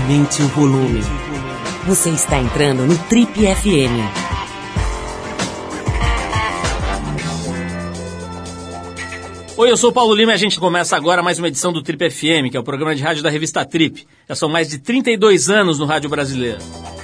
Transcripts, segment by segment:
Aumente o volume. Você está entrando no Trip FM. Oi, eu sou o Paulo Lima e a gente começa agora mais uma edição do Trip FM, que é o programa de rádio da revista Trip. Já são mais de 32 anos no rádio brasileiro.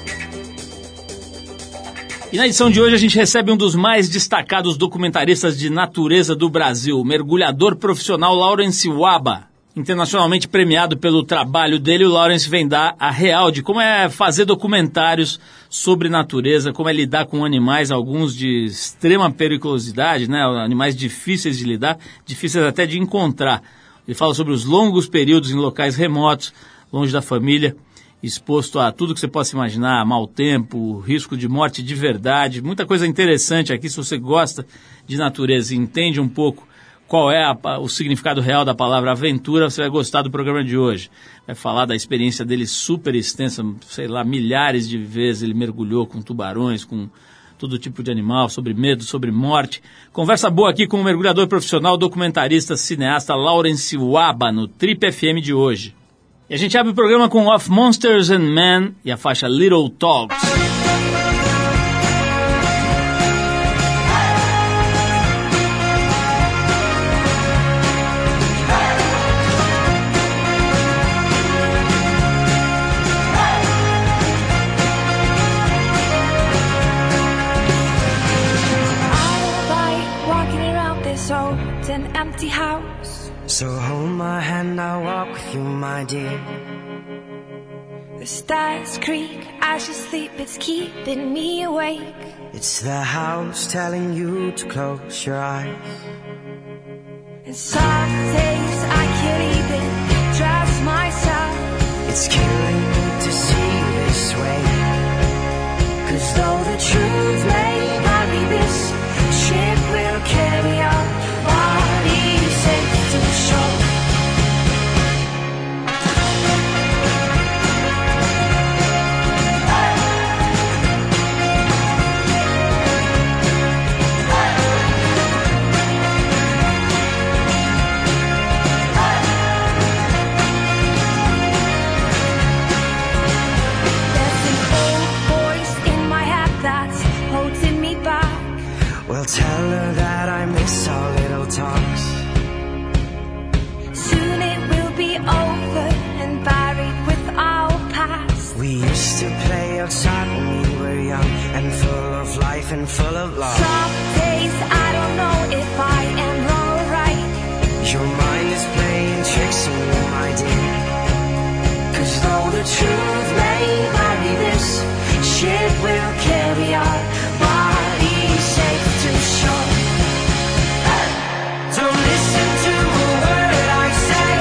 E na edição de hoje a gente recebe um dos mais destacados documentaristas de natureza do Brasil, o mergulhador profissional Lawrence Wahba. Internacionalmente premiado pelo trabalho dele, o Lawrence vem dar a real de como é fazer documentários sobre natureza, como é lidar com animais, alguns de extrema periculosidade, né? Animais difíceis de lidar, difíceis até de encontrar. Ele fala sobre os longos períodos em locais remotos, longe da família, exposto a tudo que você possa imaginar, mau tempo, risco de morte de verdade, muita coisa interessante aqui. Se você gosta de natureza e entende um pouco qual é o significado real da palavra aventura, você vai gostar do programa de hoje. Vai falar da experiência dele super extensa, sei lá, milhares de vezes ele mergulhou com tubarões, com todo tipo de animal, sobre medo, sobre morte. Conversa boa aqui com o mergulhador profissional, documentarista, cineasta Lawrence Wahba, no Trip FM de hoje. E a gente abre o programa com Of Monsters and Men e a faixa Little Talks. So hold my hand, I'll walk with you, my dear. The stars creak as you sleep, it's keeping me awake. It's the house telling you to close your eyes. And some days I can't even trust myself. It's killing me to see you this way. 'Cause though the truth may not be this, ship will carry our bodies safe to the shore. Well, tell her that I miss our little talks. Soon it will be over and buried with our past. We used to play outside when we were young and full of life and full of love. Some days I don't know if I am alright. Your mind is playing tricks on you, my dear. 'Cause though the truth may not be this, ship will carry our bodies safe to shore. Don't listen to a word I say.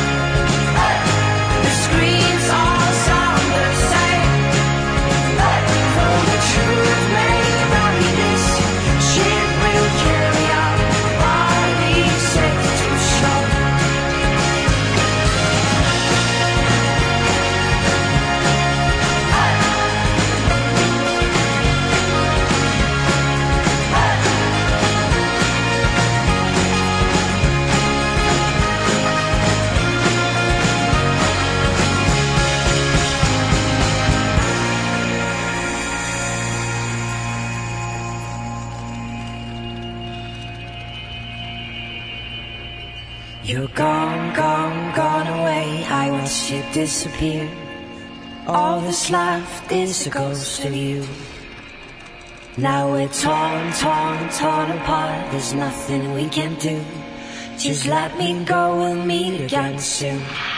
The screams all sound the same. Though the truth may not be this, ship will carry our bodies safe to shore. You're gone, gone, gone away. I watched you disappear. All that's left is a ghost of you. Now we're torn, torn, torn apart. There's nothing we can do. Just let me go, we'll meet again soon.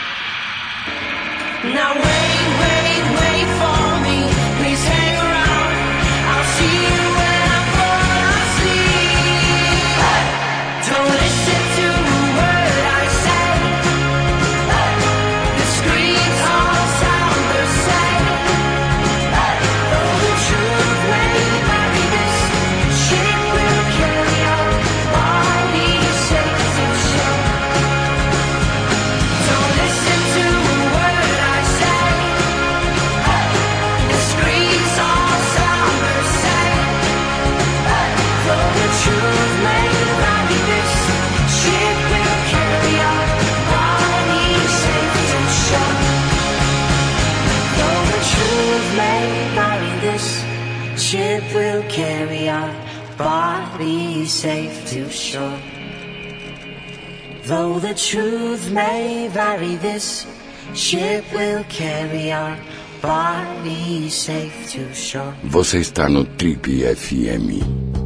Now wait, wait, wait for me. Please hang around. I'll see you when I fall asleep. Don't listen to a word I say. The screams all sound the same. Though the truth may not be this, ship will carry our bodies safe to shore. Don't listen to a word I say. bury this ship will carry our bodies safe to shore. Though the truth may vary, this ship will carry our bodies safe to shore. Você está no Trip FM.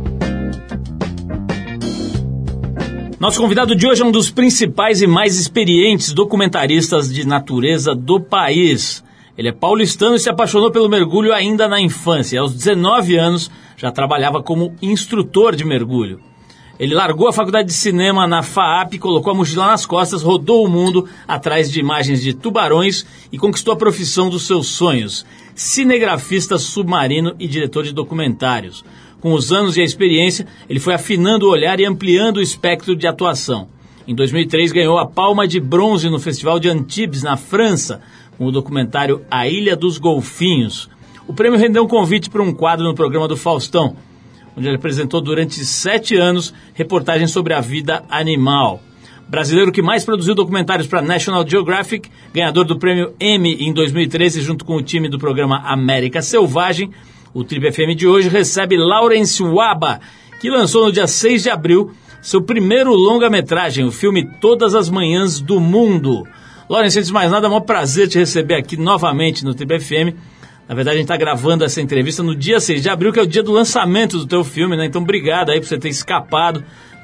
Nosso convidado de hoje é um dos principais e mais experientes documentaristas de natureza do país. Ele é paulistano e se apaixonou pelo mergulho ainda na infância. Aos 19 anos, já trabalhava como instrutor de mergulho. Ele largou a faculdade de cinema na FAAP, colocou a mochila nas costas, rodou o mundo atrás de imagens de tubarões e conquistou a profissão dos seus sonhos. Cinegrafista submarino e diretor de documentários. Com os anos e a experiência, ele foi afinando o olhar e ampliando o espectro de atuação. Em 2003, ganhou a Palma de Bronze no Festival de Antibes, na França, com o documentário A Ilha dos Golfinhos. O prêmio rendeu um convite para um quadro no programa do Faustão, onde ele apresentou durante 7 anos reportagens sobre a vida animal. Brasileiro que mais produziu documentários para National Geographic, ganhador do prêmio Emmy em 2013, junto com o time do programa América Selvagem, o Trip FM de hoje recebe Lawrence Waba, que lançou no dia 6 de abril seu primeiro longa-metragem, o filme Todas as Manhãs do Mundo. Lawrence, antes de mais nada, é um maior prazer te receber aqui novamente no Trip FM. Na verdade, a gente está gravando essa entrevista no dia 6 de abril, que é o dia do lançamento do teu filme, né? Então, obrigado aí por você ter escapado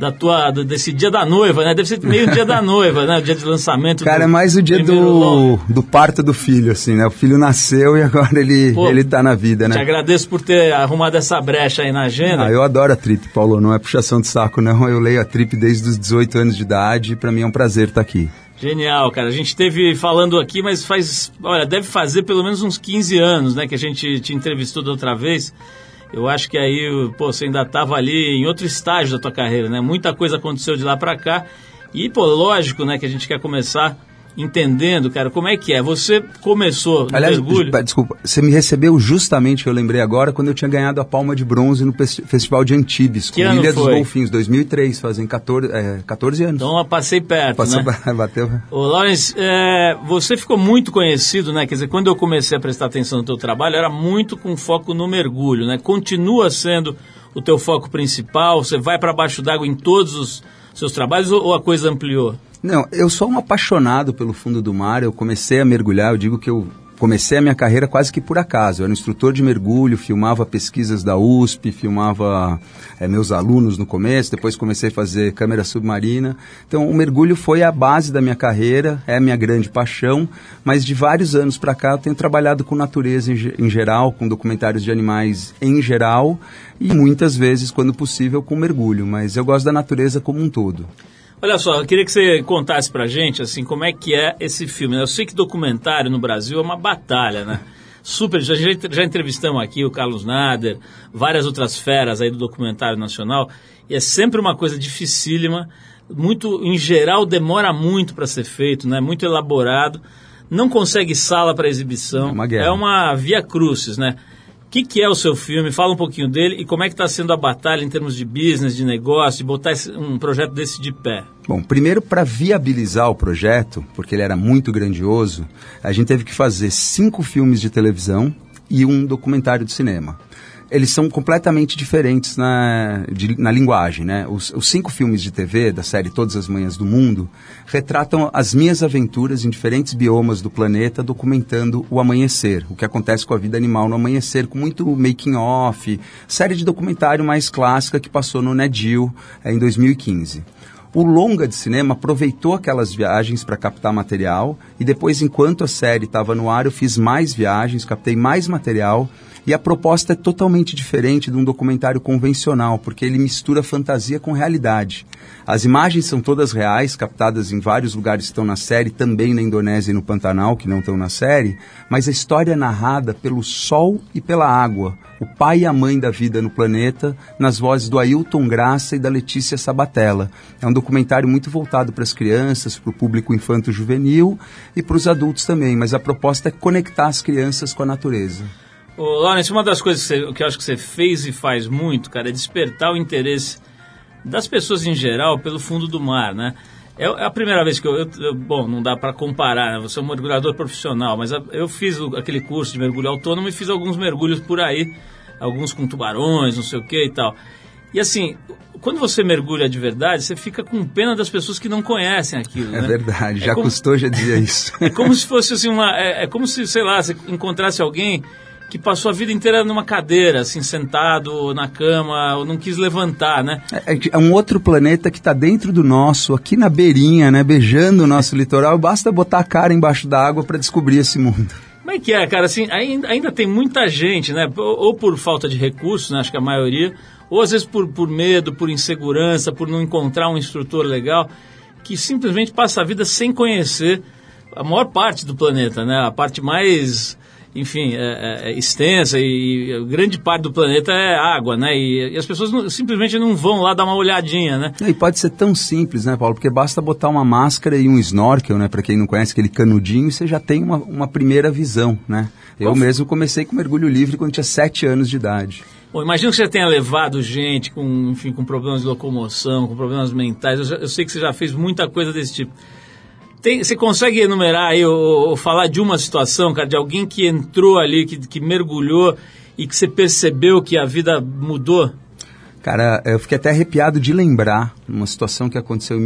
desse dia da noiva, né? Deve ser meio dia da noiva, né? O dia de lançamento. Cara, é mais o dia do parto do filho, assim, né? O filho nasceu e agora ele tá na vida, né? Te agradeço por ter arrumado essa brecha aí na agenda. Eu adoro a Trip, Paulo. Não é puxação de saco, não. Eu leio a Trip desde os 18 anos de idade e pra mim é um prazer estar aqui. Genial, cara. A gente esteve falando aqui, mas deve fazer pelo menos uns 15 anos, né, que a gente te entrevistou da outra vez. Eu acho que aí, você ainda estava ali em outro estágio da tua carreira, né? Muita coisa aconteceu de lá para cá. E, lógico, né, que a gente quer começar entendendo, cara, como é que é. Você começou no mergulho... Desculpa, você me recebeu justamente, eu lembrei agora, quando eu tinha ganhado a Palma de Bronze no Festival de Antibes, com Ilha dos Golfinhos, 2003, fazem 14 anos. Então eu passei perto, né? Bateu. Ô, Lawrence, você ficou muito conhecido, né? Quer dizer, quando eu comecei a prestar atenção no teu trabalho, era muito com foco no mergulho, né? Continua sendo o teu foco principal? Você vai para baixo d'água em todos os seus trabalhos ou a coisa ampliou? Não, eu sou um apaixonado pelo fundo do mar. Eu comecei a mergulhar, eu digo que eu comecei a minha carreira quase que por acaso. Eu era instrutor de mergulho, filmava pesquisas da USP, filmava meus alunos no começo, depois comecei a fazer câmera submarina. Então o mergulho foi a base da minha carreira, é a minha grande paixão, mas de vários anos para cá eu tenho trabalhado com natureza em geral, com documentários de animais em geral e muitas vezes, quando possível, com mergulho, mas eu gosto da natureza como um todo. Olha só, eu queria que você contasse pra gente, assim, como é que é esse filme, né? Eu sei que documentário no Brasil é uma batalha, né? Super, já entrevistamos aqui o Carlos Nader, várias outras feras aí do documentário nacional, e é sempre uma coisa dificílima, muito, em geral, demora muito para ser feito, né? Muito elaborado, não consegue sala para exibição, é uma via crucis, né? O que é o seu filme? Fala um pouquinho dele e como é que está sendo a batalha em termos de business, de negócio, de botar um projeto desse de pé. Bom, primeiro, para viabilizar o projeto, porque ele era muito grandioso, a gente teve que fazer 5 filmes de televisão e um documentário de cinema. Eles são completamente diferentes na linguagem, né? Os 5 filmes de TV da série Todas as Manhãs do Mundo retratam as minhas aventuras em diferentes biomas do planeta, documentando o amanhecer, o que acontece com a vida animal no amanhecer, com muito making of, série de documentário mais clássica que passou no Nat Geo em 2015. O longa de cinema aproveitou aquelas viagens para captar material e depois, enquanto a série estava no ar, eu fiz mais viagens, captei mais material. E a proposta é totalmente diferente de um documentário convencional, porque ele mistura fantasia com realidade. As imagens são todas reais, captadas em vários lugares que estão na série, também na Indonésia e no Pantanal, que não estão na série, mas a história é narrada pelo sol e pela água, o pai e a mãe da vida no planeta, nas vozes do Ailton Graça e da Letícia Sabatella. É um documentário muito voltado para as crianças, para o público infanto-juvenil e para os adultos também, mas a proposta é conectar as crianças com a natureza. Ô, Lawrence, uma das coisas que eu acho que você fez e faz muito, cara, é despertar o interesse das pessoas em geral pelo fundo do mar, né? É a primeira vez que bom, não dá para comparar, né? Você é um mergulhador profissional, mas eu fiz aquele curso de mergulho autônomo e fiz alguns mergulhos por aí, alguns com tubarões, não sei o que e tal. E assim, quando você mergulha de verdade, você fica com pena das pessoas que não conhecem aquilo, né? É verdade, já custou, já dizia isso. É como se fosse assim é como se, sei lá, você encontrasse alguém que passou a vida inteira numa cadeira, assim, sentado na cama, ou não quis levantar, né? É um outro planeta que está dentro do nosso, aqui na beirinha, né? Beijando o nosso litoral, basta botar a cara embaixo da água para descobrir esse mundo. Como é que é, cara? Assim, ainda tem muita gente, né? Ou por falta de recursos, né? Acho que a maioria, ou às vezes por medo, por insegurança, por não encontrar um instrutor legal, que simplesmente passa a vida sem conhecer a maior parte do planeta, né? A parte mais, enfim, extensa e grande parte do planeta é água, né? E as pessoas simplesmente não vão lá dar uma olhadinha, né? E pode ser tão simples, né, Paulo? Porque basta botar uma máscara e um snorkel, né? Para quem não conhece, aquele canudinho, e você já tem uma primeira visão, né? Eu mesmo comecei com mergulho livre quando tinha 7 anos de idade. Bom, imagino que você tenha levado gente com problemas de locomoção, com problemas mentais. Eu sei que você já fez muita coisa desse tipo. Você consegue enumerar aí ou falar de uma situação, cara, de alguém que entrou ali, que mergulhou e que você percebeu que a vida mudou? Cara, eu fiquei até arrepiado de lembrar uma situação que aconteceu em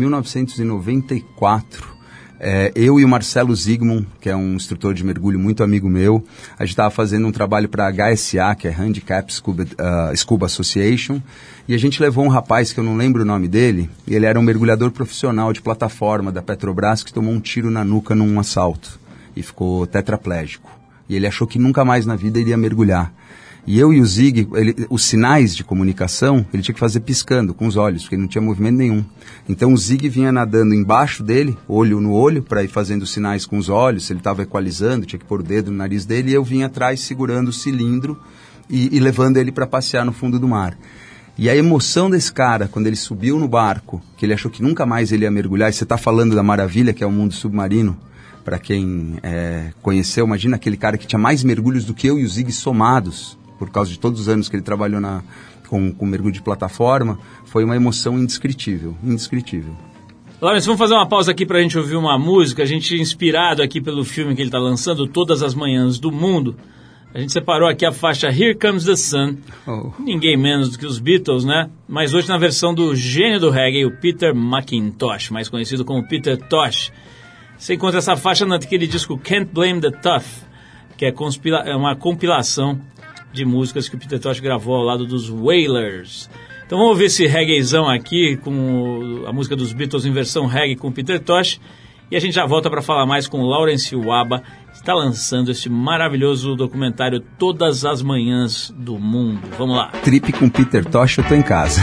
1994. Eu e o Marcelo Zygmunt, que é um instrutor de mergulho muito amigo meu, a gente estava fazendo um trabalho para a HSA, que é Handicap Scuba Association, e a gente levou um rapaz que eu não lembro o nome dele, e ele era um mergulhador profissional de plataforma da Petrobras que tomou um tiro na nuca num assalto e ficou tetraplégico. E ele achou que nunca mais na vida iria mergulhar. E eu e o Zig, os sinais de comunicação, ele tinha que fazer piscando com os olhos, porque ele não tinha movimento nenhum. Então o Zig vinha nadando embaixo dele, olho no olho, para ir fazendo sinais com os olhos, se ele estava equalizando, tinha que pôr o dedo no nariz dele, e eu vinha atrás segurando o cilindro e levando ele para passear no fundo do mar. E a emoção desse cara, quando ele subiu no barco, que ele achou que nunca mais ele ia mergulhar, e você está falando da maravilha que é o mundo submarino, para quem conheceu, imagina aquele cara que tinha mais mergulhos do que eu e o Zig somados, por causa de todos os anos que ele trabalhou com mergulho de plataforma, foi uma emoção indescritível, indescritível. Laurence, vamos fazer uma pausa aqui para a gente ouvir uma música, a gente inspirado aqui pelo filme que ele está lançando, Todas as Manhãs do Mundo. A gente separou aqui a faixa Here Comes the Sun, ninguém menos do que os Beatles, né? Mas hoje na versão do gênio do reggae, o Peter McIntosh, mais conhecido como Peter Tosh. Você encontra essa faixa naquele disco Can't Blame the Tough, que é uma compilação de músicas que o Peter Tosh gravou ao lado dos Wailers. Então vamos ver esse reggaezão aqui com a música dos Beatles em versão reggae com o Peter Tosh, e a gente já volta para falar mais com o Laurence Waba, que está lançando este maravilhoso documentário Todas as Manhãs do Mundo. Vamos lá. Trip com Peter Tosh, eu tô em casa.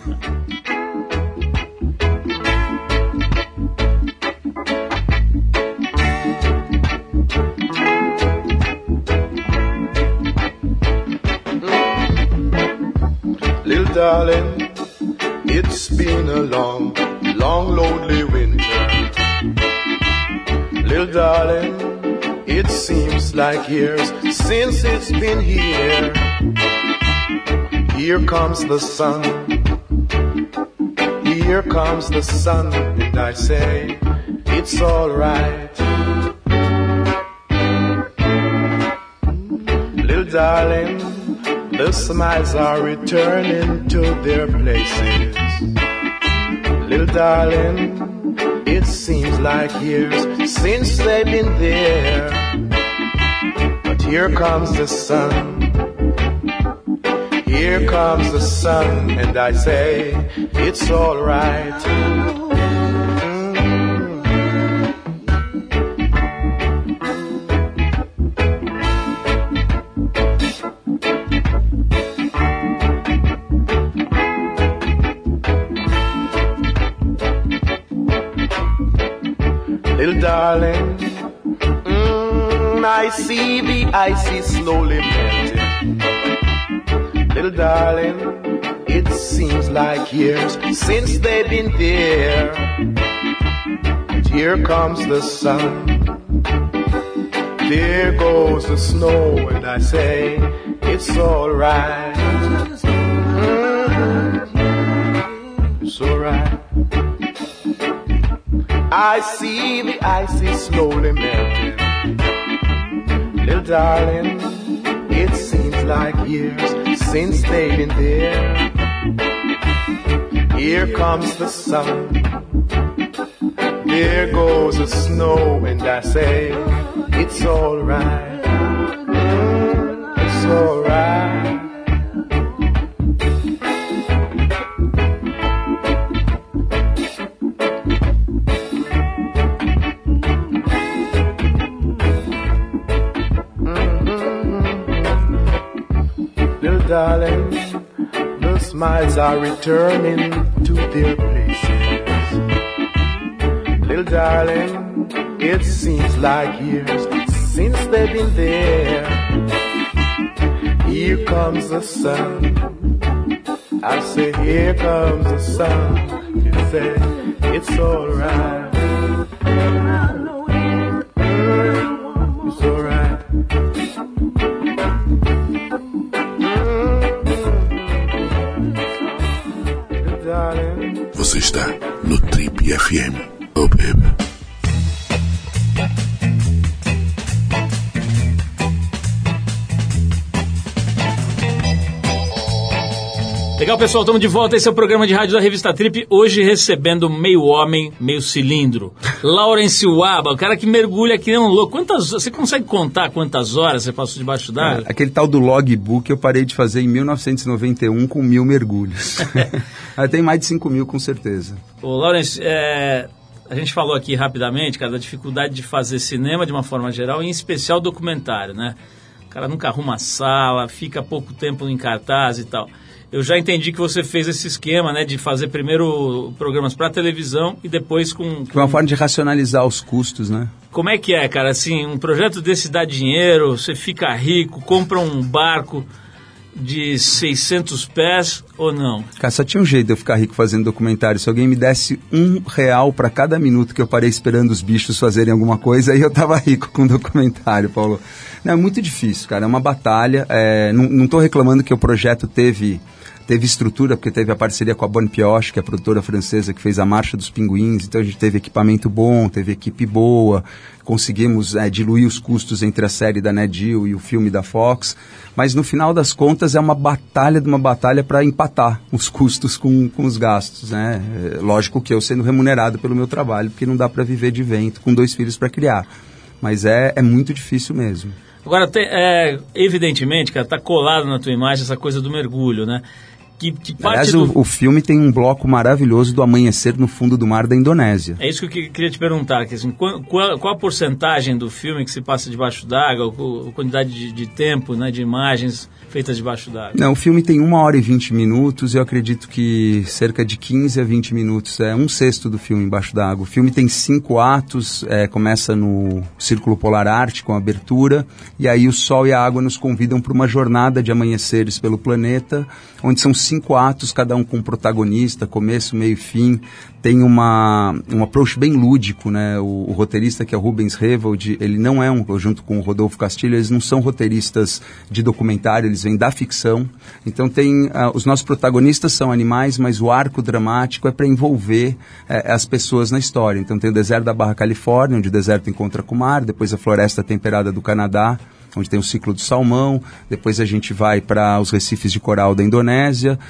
Darling, it's been a long, long, lonely winter. Little darling, it seems like years since it's been here. Here comes the sun, here comes the sun, and I say, it's alright. Little darling, the smiles are returning to their places. Little darling, it seems like years since they've been there. But here comes the sun, here comes the sun, and I say, it's alright. Darling, I see the ice is slowly melting. Little darling, it seems like years since they've been there. But here comes the sun, there goes the snow, and I say, it's alright. It's alright. I see the ice is slowly melting. Little darling, it seems like years since they've been there. Here comes the sun, there goes the snow, and I say, it's alright, it's alright. Darling, the smiles are returning to their places. Little darling, it seems like years since they've been there. Here comes the sun, I say here comes the sun. You say it's alright, it's alright. Você está no Trip FM. Oh, baby. Legal, pessoal, estamos de volta. Esse é o programa de rádio da revista Trip. Hoje recebendo meio homem, meio cilindro, Lawrence Waba, o cara que mergulha que nem um louco. Você consegue contar quantas horas você passou debaixo d'água? Aquele tal do logbook eu parei de fazer em 1991 com 1.000 mergulhos. Tem mais de 5.000 com certeza. Ô, Lawrence, a gente falou aqui rapidamente, cara, da dificuldade de fazer cinema de uma forma geral, em especial documentário, né? O cara nunca arruma a sala, fica pouco tempo em cartaz e tal. Eu já entendi que você fez esse esquema, né, de fazer primeiro programas para televisão e depois com... Uma forma de racionalizar os custos, né? Como é que é, cara? Assim, um projeto desse dá dinheiro, você fica rico, compra um barco de 600 pés ou não? Cara, só tinha um jeito de eu ficar rico fazendo documentário. Se alguém me desse R$1 para cada minuto que eu parei esperando os bichos fazerem alguma coisa, aí eu tava rico com o documentário, Paulo. Não, é muito difícil, cara. É uma batalha. Não estou reclamando que o projeto teve estrutura, porque teve a parceria com a Bonne Pioche, que é a produtora francesa que fez a Marcha dos Pinguins, então a gente teve equipamento bom, teve equipe boa, conseguimos diluir os custos entre a série da Nat Geo e o filme da Fox, mas no final das contas é uma batalha para empatar os custos com os gastos, né? Lógico que eu sendo remunerado pelo meu trabalho, porque não dá para viver de vento com 2 filhos para criar, mas é muito difícil mesmo. Agora, evidentemente, cara, tá colado na tua imagem essa coisa do mergulho, né? Aliás, o filme tem um bloco maravilhoso do amanhecer no fundo do mar da Indonésia. É isso que eu queria te perguntar, que, assim, qual a porcentagem do filme que se passa debaixo d'água, a quantidade de tempo, né, de imagens feitas debaixo d'água? Não, o filme tem 1h20 minutos, eu acredito que cerca de 15 a 20 minutos, é 1/6 do filme embaixo d'água. O filme tem 5 atos, começa no Círculo Polar Ártico, com a abertura, e aí o sol e a água nos convidam para uma jornada de amanheceres pelo planeta, onde são 5 atos, cada um com um protagonista, começo, meio e fim. Tem um approach bem lúdico, né? O roteirista, que é o Rubens Revold, ele não é junto com o Rodolfo Castilho, eles não são roteiristas de documentário, eles vêm da ficção. Então os nossos protagonistas são animais, mas o arco dramático é para envolver as pessoas na história. Então tem o deserto da Barra Califórnia, onde o deserto encontra com o mar, depois a floresta temperada do Canadá, onde tem o ciclo do salmão, depois a gente vai para os recifes de coral da Indonésia,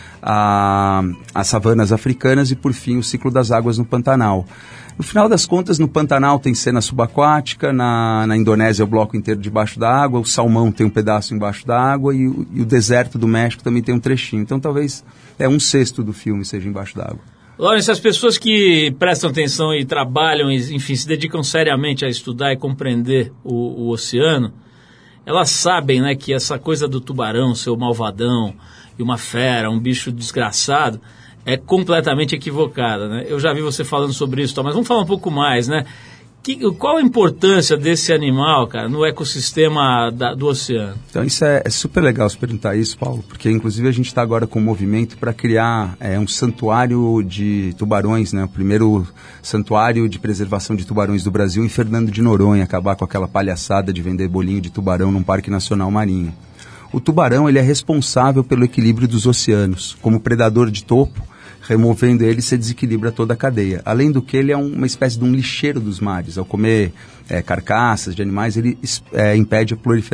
as savanas africanas e, por fim, o ciclo das águas no Pantanal. No final das contas, no Pantanal tem cena subaquática, na Indonésia é o bloco inteiro debaixo da água, o salmão tem um pedaço embaixo da água e o deserto do México também tem um trechinho. Então, talvez 1/6 do filme seja embaixo da água. Lawrence, as pessoas que prestam atenção e trabalham, enfim, se dedicam seriamente a estudar e compreender o oceano, elas sabem, né, que essa coisa do tubarão ser o malvadão e uma fera, um bicho desgraçado, é completamente equivocada, né? Eu já vi você falando sobre isso, mas vamos falar um pouco mais, né? Qual a importância desse animal, cara, no ecossistema do oceano? Então isso é super legal você perguntar isso, Paulo, porque inclusive a gente está agora com um movimento para criar um santuário de tubarões, né? O primeiro santuário de preservação de tubarões do Brasil em Fernando de Noronha, acabar com aquela palhaçada de vender bolinho de tubarão num parque nacional marinho. O tubarão, ele é responsável pelo equilíbrio dos oceanos. Como predador de topo, Removendo ele, você desequilibra toda a cadeia. Além do que, ele é uma espécie de um lixeiro dos mares. Ao comer carcaças de animais, ele impede a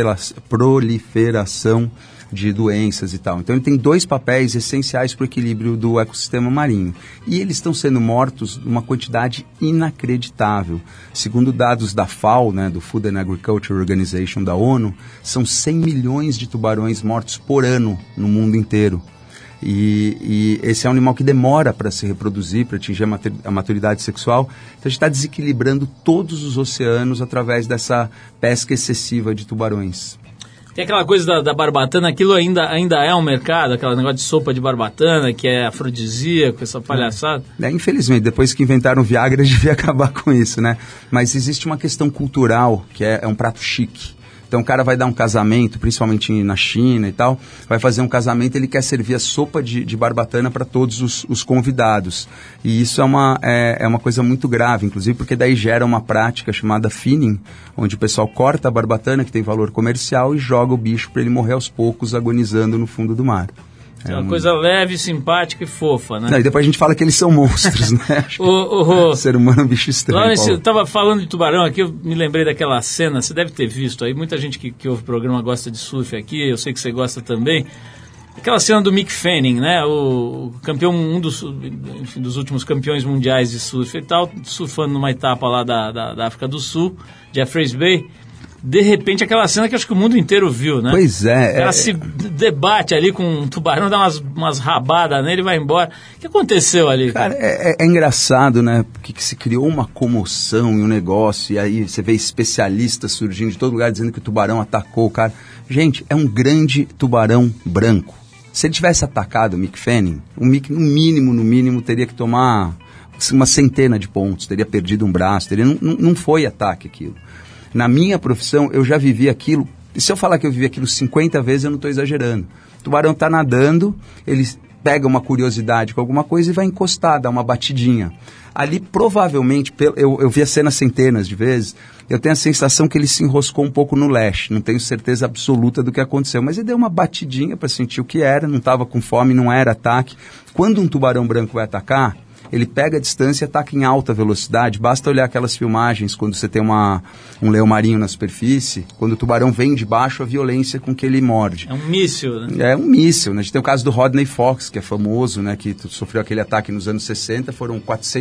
proliferação de doenças e tal. Então ele tem 2 papéis essenciais para o equilíbrio do ecossistema marinho. E eles estão sendo mortos numa quantidade inacreditável. Segundo dados da FAO, né, do Food and Agriculture Organization da ONU, são 100 milhões de tubarões mortos por ano no mundo inteiro. E esse é um animal que demora para se reproduzir, para atingir a maturidade sexual. Então a gente está desequilibrando todos os oceanos através dessa pesca excessiva de tubarões. Tem aquela coisa da barbatana, aquilo ainda é um mercado, aquele negócio de sopa de barbatana, que é afrodisíaco, essa palhaçada. Infelizmente, depois que inventaram o Viagra, devia acabar com isso, né? Mas existe uma questão cultural, que é um prato chique. Então o cara vai dar um casamento, principalmente na China e tal, vai fazer um casamento, ele quer servir a sopa de barbatana para todos os convidados. E isso é uma coisa muito grave, inclusive porque daí gera uma prática chamada finning, onde o pessoal corta a barbatana, que tem valor comercial, e joga o bicho para ele morrer aos poucos, agonizando no fundo do mar. É uma coisa leve, simpática e fofa, né? Não, e depois a gente fala que eles são monstros, né? O ser humano é um bicho estranho. Laurence, eu estava falando de tubarão aqui, eu me lembrei daquela cena, você deve ter visto aí, muita gente que ouve o programa gosta de surf aqui, eu sei que você gosta também. Aquela cena do Mick Fanning, né? O campeão, um dos últimos campeões mundiais de surf e tal, surfando numa etapa lá da África do Sul, Jeffreys Bay. De repente, aquela cena que acho que o mundo inteiro viu, né? Pois é. Ela se debate ali com um tubarão, dá umas rabadas nele e vai embora. O que aconteceu ali? Cara, é engraçado, né? Porque se criou uma comoção e um negócio, e aí você vê especialistas surgindo de todo lugar dizendo que o tubarão atacou o cara. Gente, é um grande tubarão branco. Se ele tivesse atacado o Mick Fanning, o Mick, no mínimo, teria que tomar uma centena de pontos, teria perdido um braço, não foi ataque aquilo. Na minha profissão, eu já vivi aquilo, e se eu falar que eu vivi aquilo 50 vezes, eu não estou exagerando. O tubarão está nadando, ele pega uma curiosidade com alguma coisa e vai encostar, dá uma batidinha. Ali, provavelmente, eu vi a cena centenas de vezes, eu tenho a sensação que ele se enroscou um pouco no leste, não tenho certeza absoluta do que aconteceu, mas ele deu uma batidinha para sentir o que era, não estava com fome, não era ataque. Quando um tubarão branco vai atacar, ele pega a distância e ataca em alta velocidade. Basta olhar aquelas filmagens quando você tem um leão marinho na superfície, quando o tubarão vem de baixo, a violência com que ele morde. É um míssil, né? É um míssil, né? A gente tem o caso do Rodney Fox, que é famoso, né? Que sofreu aquele ataque nos anos 60, foram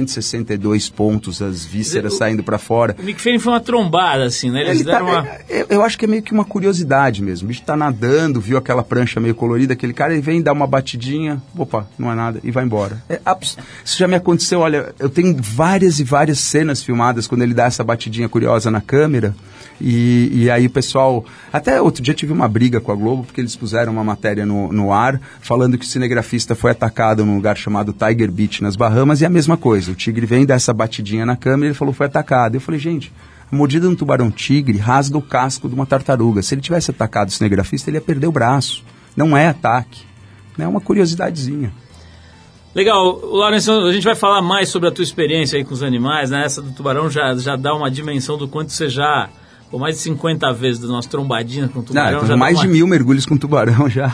462 pontos, as vísceras saindo para fora. O Mick Fanning foi uma trombada, assim, né? Eles deram eu acho que é meio que uma curiosidade mesmo. O bicho tá nadando, viu aquela prancha meio colorida, aquele cara, ele vem dar uma batidinha, opa, não é nada, e vai embora. Isso já me aconteceu, olha, eu tenho várias e várias cenas filmadas quando ele dá essa batidinha curiosa na câmera, e aí o pessoal, até outro dia tive uma briga com a Globo, porque eles puseram uma matéria no ar, falando que o cinegrafista foi atacado num lugar chamado Tiger Beach, nas Bahamas, e a mesma coisa, o tigre vem dar essa batidinha na câmera, e ele falou, foi atacado. Eu falei, gente, a mordida de um tubarão-tigre rasga o casco de uma tartaruga, se ele tivesse atacado o cinegrafista, ele ia perder o braço, não é ataque, é uma curiosidadezinha. Legal, Laurence, a gente vai falar mais sobre a tua experiência aí com os animais, né? Essa do tubarão já dá uma dimensão do quanto você já, por mais de 50 vezes das nossas trombadinhas com tubarão. Não, já mais de 1000 mergulhos com tubarão já.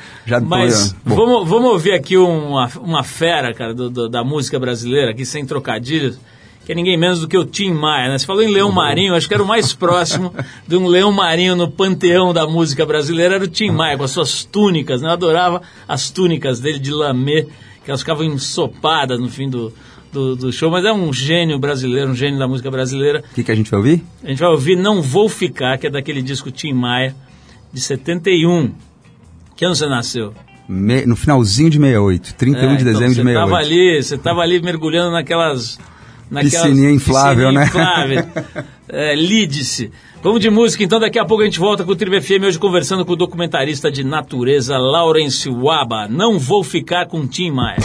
Mas vamos ouvir aqui uma fera, cara, da música brasileira, aqui sem trocadilhos, que é ninguém menos do que o Tim Maia, né? Você falou em leão marinho, acho que era o mais próximo de um leão marinho no panteão da música brasileira, era o Tim Maia, com as suas túnicas, né? Eu adorava as túnicas dele de lamê, que elas ficavam ensopadas no fim do show, mas é um gênio brasileiro, um gênio da música brasileira. O que a gente vai ouvir? A gente vai ouvir Não Vou Ficar, que é daquele disco Tim Maia, de 71. Que ano você nasceu? No finalzinho de 68, 31 de dezembro de 68. Você estava ali mergulhando naquelas piscininha inflável, né? Lide-se. Vamos de música, então daqui a pouco a gente volta com o Trip FM, hoje conversando com o documentarista de natureza Laurence Waba. Não Vou Ficar com Tim Maia.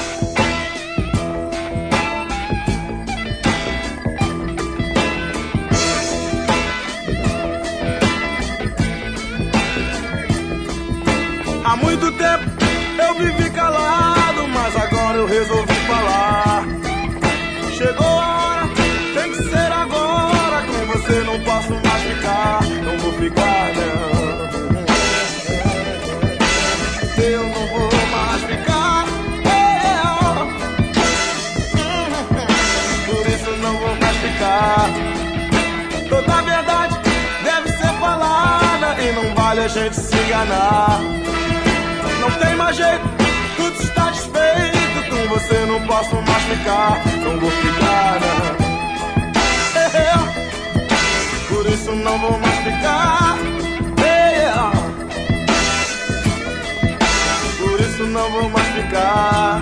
Há muito tempo eu vivi calado, mas agora eu resolvi falar. Chegou a hora, tem que ser agora. Com você não posso mais ficar, não vou ficar não. Eu não vou mais ficar. a gente se enganar. Não tem mais jeito, tudo está desfeito. Com você não posso mais ficar, não vou ficar, não. Por isso não vou mais ficar. Por isso não vou mais ficar.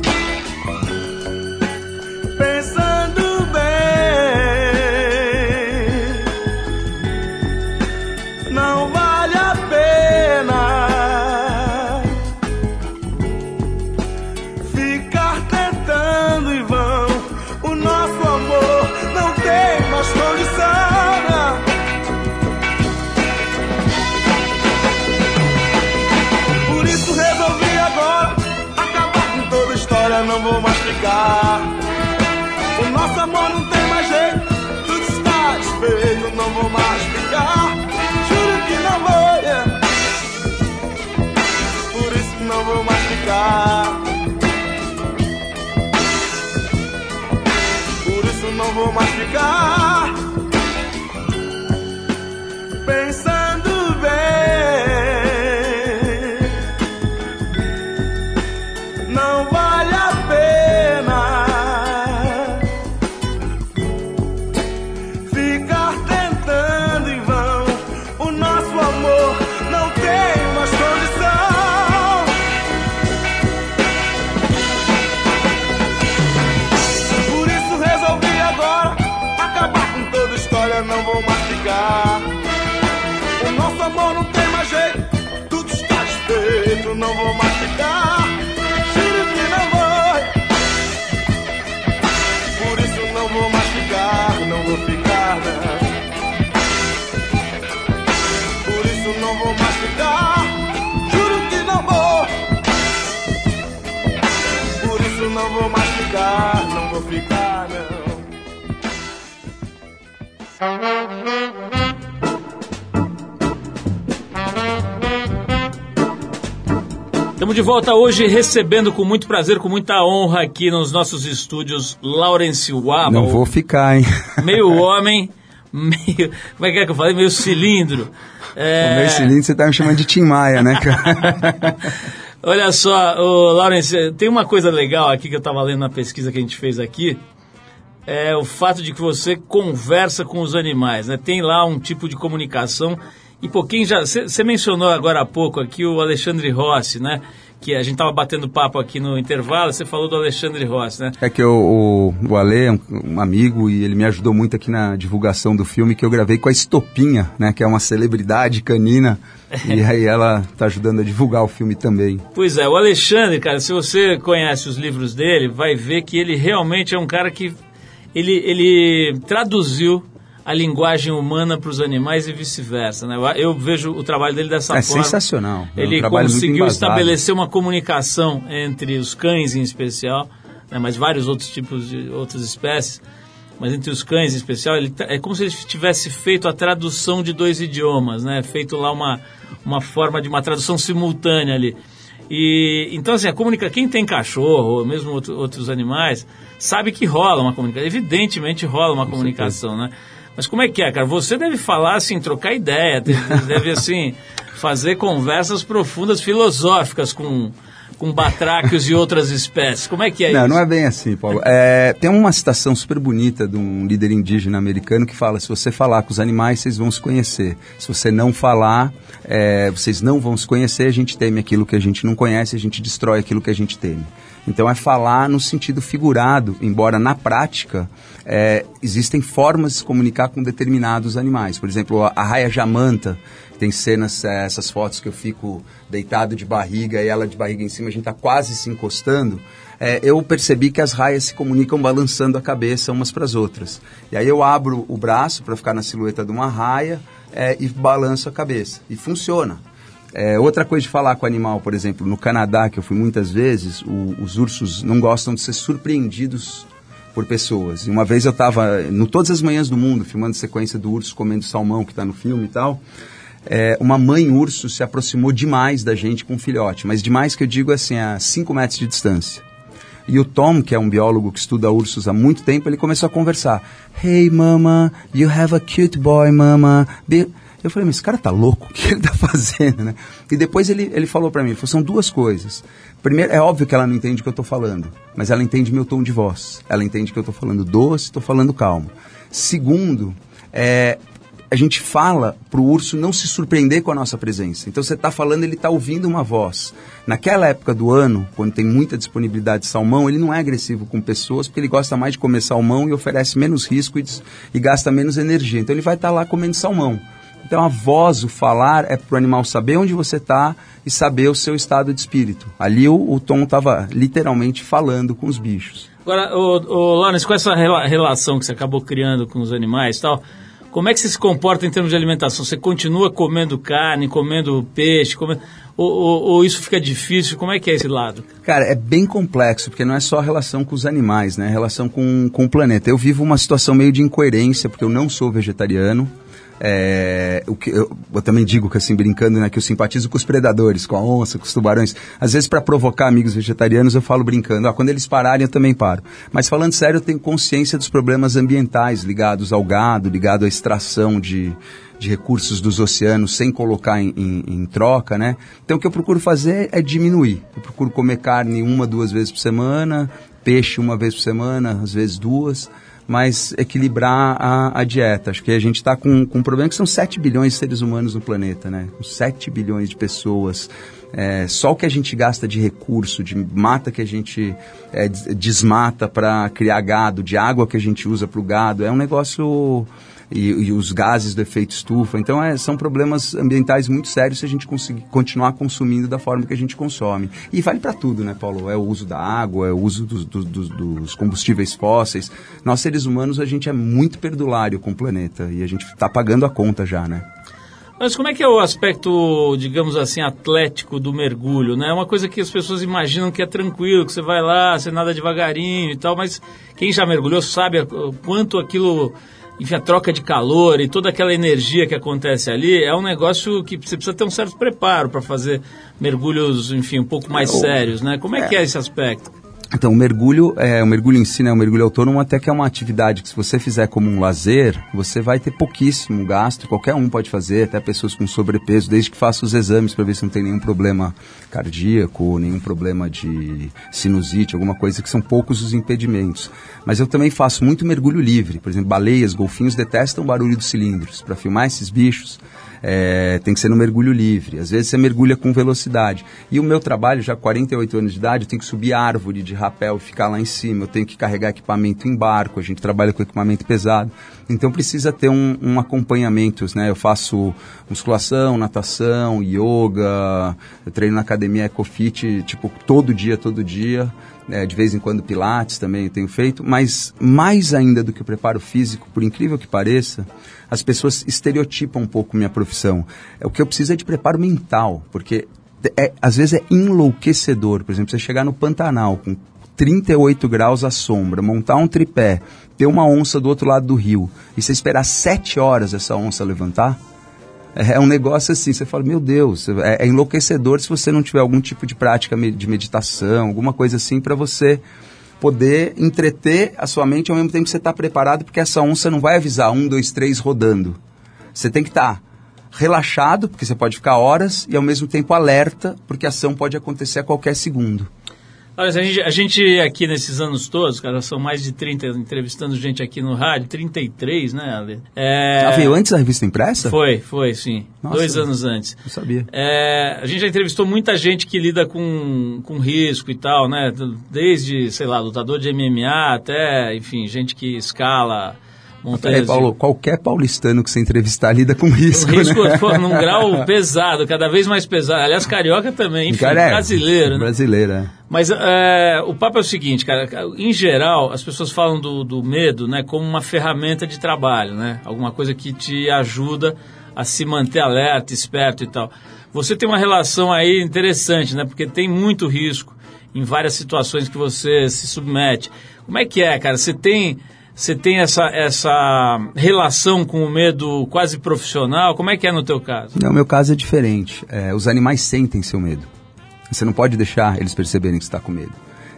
Pensando bem, não vale a pena ficar tentando em vão. O nosso amor não tem mais condição. Por isso resolvi agora acabar com toda a história, não vou mais ficar. O nosso amor não tem mais jeito, tudo está desfeito, não vou mais ficar. Juro que não vou, yeah. Por isso que não vou mais ficar. Por isso não vou mais ficar. Pensando bem, não vale a pena ficar tentando em vão. O nosso amor não tem mais condição. Por isso resolvi agora acabar com toda a história, não vou mais ficar. O nosso amor não tem mais jeito, tudo está desfeito, não vou mais ficar. Juro que não vou. Por isso não vou mais ficar, não vou ficar, não. Por isso não vou mais ficar. Juro que não vou. Por isso não vou mais ficar, não vou ficar, não. Estamos de volta hoje recebendo com muito prazer, com muita honra aqui nos nossos estúdios Laurence Waba. Não vou ficar, hein? Meio homem, meio... Como é que eu falei? Meio cilindro. O meio cilindro você tá me chamando de Tim Maia, né, cara? Olha só, Laurence, tem uma coisa legal aqui que eu estava lendo na pesquisa que a gente fez aqui. É o fato de que você conversa com os animais, né? Tem lá um tipo de comunicação. E pouquinho já... Você mencionou agora há pouco aqui o Alexandre Rossi, né? Que a gente estava batendo papo aqui no intervalo, você falou do Alexandre Rossi, né? É que o Ale é um amigo e ele me ajudou muito aqui na divulgação do filme que eu gravei com a Estopinha, né? Que é uma celebridade canina. E aí ela tá ajudando a divulgar o filme também. Pois é, o Alexandre, cara, se você conhece os livros dele, vai ver que ele realmente é um cara que... Ele traduziu a linguagem humana para os animais e vice-versa, né? Eu vejo o trabalho dele dessa forma. É sensacional. Ele conseguiu estabelecer uma comunicação entre os cães em especial, né? Mas vários outros tipos de outras espécies, mas entre os cães em especial, é como se ele tivesse feito a tradução de 2 idiomas, né? Feito lá uma forma de uma tradução simultânea ali. E, então, assim, quem tem cachorro, ou mesmo outros animais, sabe que rola uma comunicação. Evidentemente rola uma comunicação, né? Mas como é que é, cara? Você deve falar, assim, trocar ideia, deve, assim, fazer conversas profundas, filosóficas com batráquios e outras espécies. Como é que é isso? Não é bem assim, Paulo. Tem uma citação super bonita de um líder indígena americano que fala: se você falar com os animais, vocês vão se conhecer. Se você não falar, vocês não vão se conhecer, a gente teme aquilo que a gente não conhece, a gente destrói aquilo que a gente teme. Então é falar no sentido figurado, embora na prática existem formas de se comunicar com determinados animais. Por exemplo, a raia jamanta, tem cenas, essas fotos que eu fico deitado de barriga e ela de barriga em cima, a gente está quase se encostando. Eu percebi que as raias se comunicam balançando a cabeça umas para as outras. E aí eu abro o braço para ficar na silhueta de uma raia e balanço a cabeça. E funciona. Outra coisa de falar com o animal, por exemplo, no Canadá, que eu fui muitas vezes, os ursos não gostam de ser surpreendidos por pessoas. E uma vez eu estava, Todas as Manhãs do Mundo, filmando sequência do urso comendo salmão, que está no filme e tal. Uma mãe urso se aproximou demais da gente com um filhote, mas demais que eu digo assim, a 5 metros de distância. E o Tom, que é um biólogo que estuda ursos há muito tempo, ele começou a conversar. Hey, mama, you have a cute boy, mama. Eu falei, mas esse cara tá louco? O que ele tá fazendo, né? E depois ele falou para mim, ele falou, são duas coisas. Primeiro, é óbvio que ela não entende o que eu tô falando, mas ela entende meu tom de voz. Ela entende que eu tô falando doce, tô falando calmo. Segundo, a gente fala pro urso não se surpreender com a nossa presença. Então você tá falando, ele tá ouvindo uma voz. Naquela época do ano, quando tem muita disponibilidade de salmão, ele não é agressivo com pessoas, porque ele gosta mais de comer salmão e oferece menos risco e gasta menos energia. Então ele vai estar lá comendo salmão. Então a voz, o falar, é para o animal saber onde você está e saber o seu estado de espírito. Ali o Tom estava literalmente falando com os bichos. Agora, Lawrence, com essa relação que você acabou criando com os animais e tal, como é que você se comporta em termos de alimentação? Você continua comendo carne, comendo peixe, ou isso fica difícil? Como é que é esse lado? Cara, é bem complexo, porque não é só a relação com os animais, né? É a relação com o planeta. Eu vivo uma situação meio de incoerência, porque eu não sou vegetariano. Eu também digo que assim, brincando, né, que eu simpatizo com os predadores, com a onça, com os tubarões. Às vezes, para provocar amigos vegetarianos, eu falo brincando, quando eles pararem eu também paro. Mas falando sério, eu tenho consciência dos problemas ambientais ligados ao gado, ligado à extração de recursos dos oceanos sem colocar em troca, né? Então o que eu procuro fazer é diminuir. Eu procuro comer carne 1-2 vezes por semana, peixe 1 vez por semana, às vezes 2, mas equilibrar a dieta. Acho que a gente está com um problema que são 7 bilhões de seres humanos no planeta, né? 7 bilhões de pessoas. Só o que a gente gasta de recurso, de mata que a gente desmata para criar gado, de água que a gente usa para o gado, é um negócio... E os gases do efeito estufa. Então, são problemas ambientais muito sérios se a gente conseguir continuar consumindo da forma que a gente consome. E vale para tudo, né, Paulo? É o uso da água, é o uso dos combustíveis fósseis. Nós, seres humanos, a gente é muito perdulário com o planeta. E a gente está pagando a conta já, né? Mas como é que é o aspecto, digamos assim, atlético do mergulho, né? É uma coisa que as pessoas imaginam que é tranquilo, que você vai lá, você nada devagarinho e tal, mas quem já mergulhou sabe o quanto aquilo... Enfim, a troca de calor e toda aquela energia que acontece ali é um negócio que você precisa ter um certo preparo para fazer mergulhos, enfim, um pouco mais sérios, né? Como é que é esse aspecto? Então, o mergulho em si, né, o mergulho autônomo até que é uma atividade que se você fizer como um lazer, você vai ter pouquíssimo gasto, qualquer um pode fazer, até pessoas com sobrepeso, desde que faça os exames para ver se não tem nenhum problema cardíaco, nenhum problema de sinusite, alguma coisa, que são poucos os impedimentos. Mas eu também faço muito mergulho livre, por exemplo, baleias, golfinhos detestam o barulho dos cilindros. Para filmar esses bichos, tem que ser no mergulho livre. Às vezes você mergulha com velocidade. E o meu trabalho, já 48 anos de idade, eu tenho que subir árvore de rapel e ficar lá em cima. Eu tenho que carregar equipamento em barco, a gente trabalha com equipamento pesado. Então precisa ter um acompanhamento, né? Eu faço musculação, natação, yoga, eu treino na academia EcoFit, tipo, todo dia. De vez em quando pilates também eu tenho feito, mas mais ainda do que o preparo físico, por incrível que pareça, as pessoas estereotipam um pouco minha profissão. O que eu preciso é de preparo mental, porque às vezes é enlouquecedor. Por exemplo, você chegar no Pantanal com 38 graus à sombra, montar um tripé, ter uma onça do outro lado do rio, e você esperar 7 horas essa onça levantar, é um negócio assim, você fala, meu Deus, é enlouquecedor se você não tiver algum tipo de prática de meditação, alguma coisa assim, para você poder entreter a sua mente ao mesmo tempo que você está preparado, porque essa onça não vai avisar 1, 2, 3 rodando. Você tem que estar relaxado, porque você pode ficar horas, e ao mesmo tempo alerta, porque a ação pode acontecer a qualquer segundo. Olha, a gente aqui nesses anos todos, cara, são mais de 30 entrevistando gente aqui no rádio, 33, né, Ale? Veio antes da revista impressa? Foi, sim. Nossa, 2 anos antes. Não sabia. A gente já entrevistou muita gente que lida com risco e tal, né? Desde, sei lá, lutador de MMA até, enfim, gente que escala... Paulo, qualquer paulistano que você entrevistar lida com risco, o risco, né? Num grau pesado, cada vez mais pesado. Aliás, carioca também, enfim, brasileiro, né? Brasileira, é. Mas o papo é o seguinte, cara, em geral, as pessoas falam do medo, né, como uma ferramenta de trabalho, né? Alguma coisa que te ajuda a se manter alerta, esperto e tal. Você tem uma relação aí interessante, né? Porque tem muito risco em várias situações que você se submete. Como é que é, cara? Você tem essa relação com o medo quase profissional? Como é que é no teu caso? Não, o meu caso é diferente. Os animais sentem seu medo. Você não pode deixar eles perceberem que você está com medo.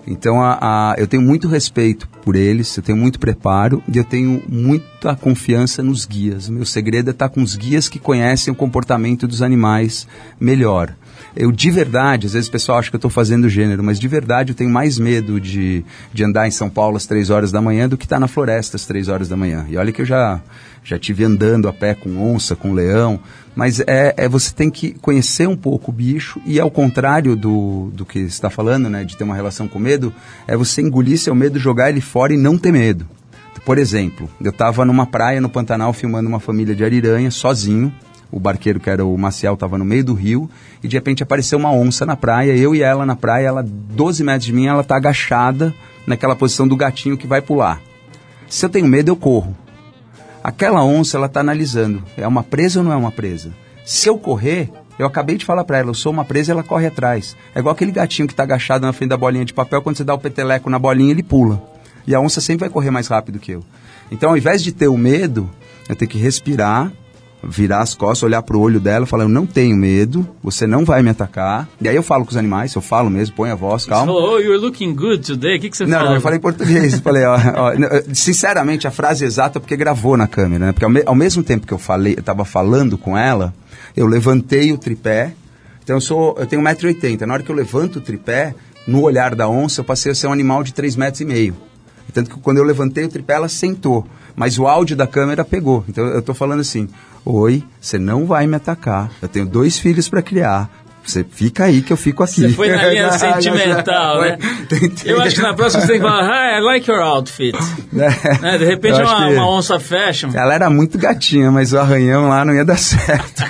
Então, eu tenho muito respeito por eles, eu tenho muito preparo e eu tenho muita confiança nos guias. O meu segredo é estar com os guias que conhecem o comportamento dos animais melhor. Eu, de verdade, às vezes o pessoal acha que eu estou fazendo gênero, mas de verdade eu tenho mais medo de andar em São Paulo às 3 horas da manhã do que estar na floresta às 3 horas da manhã. E olha que eu já estive andando a pé com onça, com leão, mas você tem que conhecer um pouco o bicho e, ao contrário do que você está falando, né, de ter uma relação com medo, é você engolir seu medo, jogar ele fora e não ter medo. Por exemplo, eu estava numa praia no Pantanal filmando uma família de ariranha, sozinho. O barqueiro, que era o Maciel, estava no meio do rio e de repente apareceu uma onça na praia, eu e ela na praia, ela 12 metros de mim, ela está agachada naquela posição do gatinho que vai pular. Se eu tenho medo, eu corro. Aquela onça, ela está analisando, é uma presa ou não é uma presa? Se eu correr, eu acabei de falar para ela, eu sou uma presa, ela corre atrás. É igual aquele gatinho que está agachado na frente da bolinha de papel, quando você dá o peteleco na bolinha, ele pula. E a onça sempre vai correr mais rápido que eu. Então, ao invés de ter o medo, eu tenho que respirar, virar as costas, olhar pro olho dela, falar, eu não tenho medo, você não vai me atacar. E aí eu falo com os animais, eu falo mesmo, põe a voz, calma. Você falou, oh, you're looking good today, o que você falou? Não, eu falei em português, falei, ó, sinceramente, a frase exata, porque gravou na câmera, né? Porque ao mesmo tempo que eu estava falando com ela, eu levantei o tripé, então eu tenho 1,80 m, na hora que eu levanto o tripé, no olhar da onça, eu passei a ser um animal de 3,5 m. Tanto que quando eu levantei o tripé, ela sentou. Mas o áudio da câmera pegou. Então eu tô falando assim, oi, você não vai me atacar. Eu tenho 2 filhos para criar. Você fica aí que eu fico aqui. Você foi na linha sentimental, né? Eu acho que na próxima você tem que falar, I like your outfit. De repente uma onça fashion. Ela era muito gatinha, mas o arranhão lá não ia dar certo.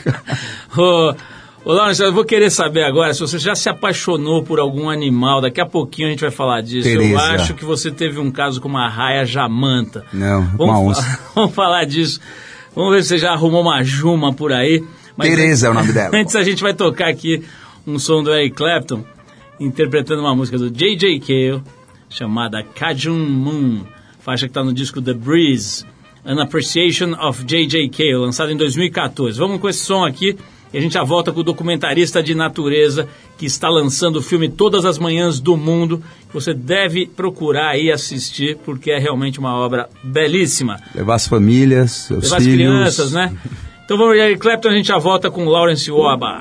Ô, Lawrence, eu vou querer saber agora se você já se apaixonou por algum animal. Daqui a pouquinho a gente vai falar disso. Tereza. Eu acho que você teve um caso com uma raia jamanta. Não, uma onça. Vamos falar disso. Vamos ver se você já arrumou uma juma por aí. Mas Tereza é o nome dela. Antes a gente vai tocar aqui um som do Eric Clapton, interpretando uma música do J.J. Cale, chamada Cajun Moon, faixa que está no disco The Breeze, An Appreciation of J.J. Cale, lançado em 2014. Vamos com esse som aqui. E a gente já volta com o documentarista de natureza que está lançando o filme Todas as Manhãs do Mundo, que você deve procurar e assistir, porque é realmente uma obra belíssima. Levar as famílias, seus levar filhos. Levar as crianças, né? Então vamos ver Eric Clapton, a gente já volta com Lawrence Waba.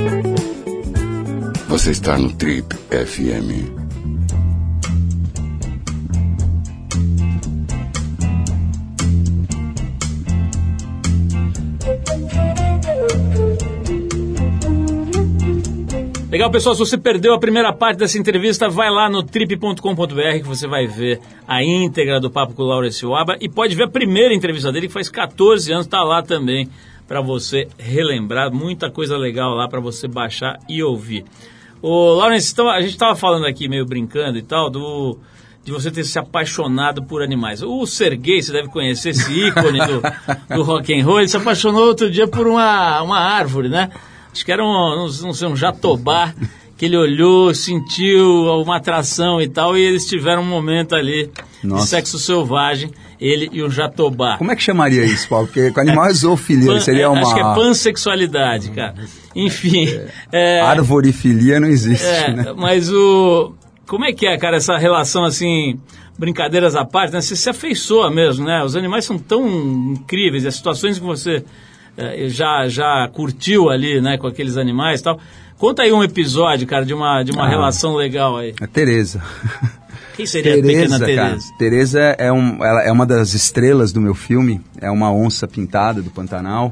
Você está no Trip FM. Legal, pessoal, se você perdeu a primeira parte dessa entrevista, vai lá no trip.com.br que você vai ver a íntegra do papo com o Laurence Waba e pode ver a primeira entrevista dele, que faz 14 anos, tá lá também para você relembrar, muita coisa legal lá para você baixar e ouvir. Ô, Laurence, então, a gente estava falando aqui, meio brincando e tal, de você ter se apaixonado por animais. O Serguei, você deve conhecer esse ícone do rock and roll, ele se apaixonou outro dia por uma árvore, né? Acho que era um jatobá, que ele olhou, sentiu uma atração e tal, e eles tiveram um momento ali de sexo selvagem, ele e o jatobá. Como é que chamaria isso, Paulo? Porque com animal é zoofilia, seria uma... Acho que é pansexualidade, cara. Enfim... Arvorifilia não existe, né? Mas como é que é, cara, essa relação, assim, brincadeiras à parte, né? Você se afeiçoa mesmo, né? Os animais são tão incríveis, as situações que você... já curtiu ali, né, com aqueles animais e tal. Conta aí um episódio, cara, de uma relação legal aí. A Tereza. Quem seria a pequena Tereza? Tereza ela é uma das estrelas do meu filme, é uma onça pintada do Pantanal,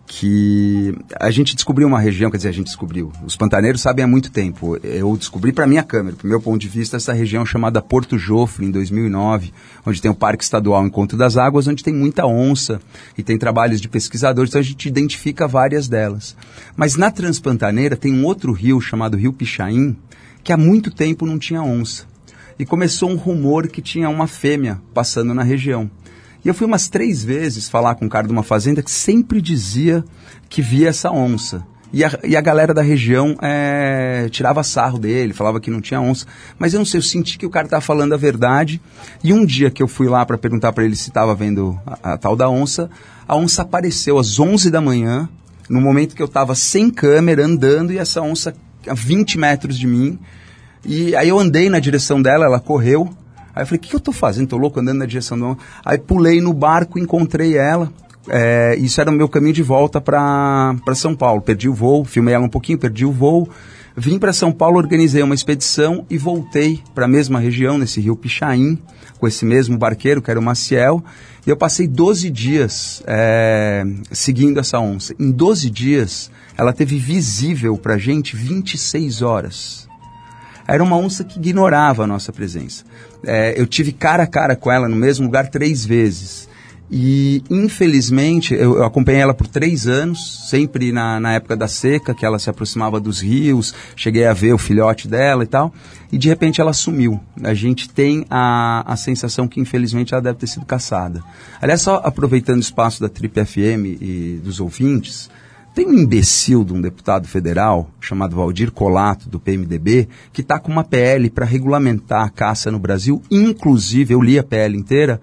que a gente descobriu uma região, quer dizer, a gente descobriu, os pantaneiros sabem há muito tempo, eu descobri para minha câmera, para o meu ponto de vista, essa região chamada Porto Jofre, em 2009, onde tem o Parque Estadual Encontro das Águas, onde tem muita onça e tem trabalhos de pesquisadores, então a gente identifica várias delas. Mas na Transpantaneira tem um outro rio chamado Rio Pichain, que há muito tempo não tinha onça. E começou um rumor que tinha uma fêmea passando na região. E eu fui umas 3 vezes falar com um cara de uma fazenda que sempre dizia que via essa onça. E a galera da região tirava sarro dele, falava que não tinha onça. Mas eu não sei, eu senti que o cara estava falando a verdade. E um dia que eu fui lá para perguntar para ele se estava vendo a tal da onça, a onça apareceu às 11 da manhã, no momento que eu estava sem câmera, andando, e essa onça a 20 metros de mim. E aí eu andei na direção dela, ela correu. Aí eu falei, o que eu tô fazendo? Tô louco andando na direção do... Aí pulei no barco, encontrei ela. Isso era o meu caminho de volta para São Paulo. Perdi o voo, filmei ela um pouquinho, perdi o voo. Vim para São Paulo, organizei uma expedição e voltei para a mesma região, nesse rio Pichain, com esse mesmo barqueiro, que era o Maciel. E eu passei 12 dias seguindo essa onça. Em 12 dias, ela teve visível para gente 26 horas. Era uma onça que ignorava a nossa presença. Eu tive cara a cara com ela no mesmo lugar 3 vezes. E, infelizmente, eu acompanhei ela por 3 anos, sempre na época da seca, que ela se aproximava dos rios, cheguei a ver o filhote dela e tal, e de repente ela sumiu. A gente tem a sensação que, infelizmente, ela deve ter sido caçada. Aliás, só aproveitando o espaço da Trip FM e dos ouvintes... Tem um imbecil de um deputado federal, chamado Valdir Colato, do PMDB, que está com uma PL para regulamentar a caça no Brasil, inclusive, eu li a PL inteira,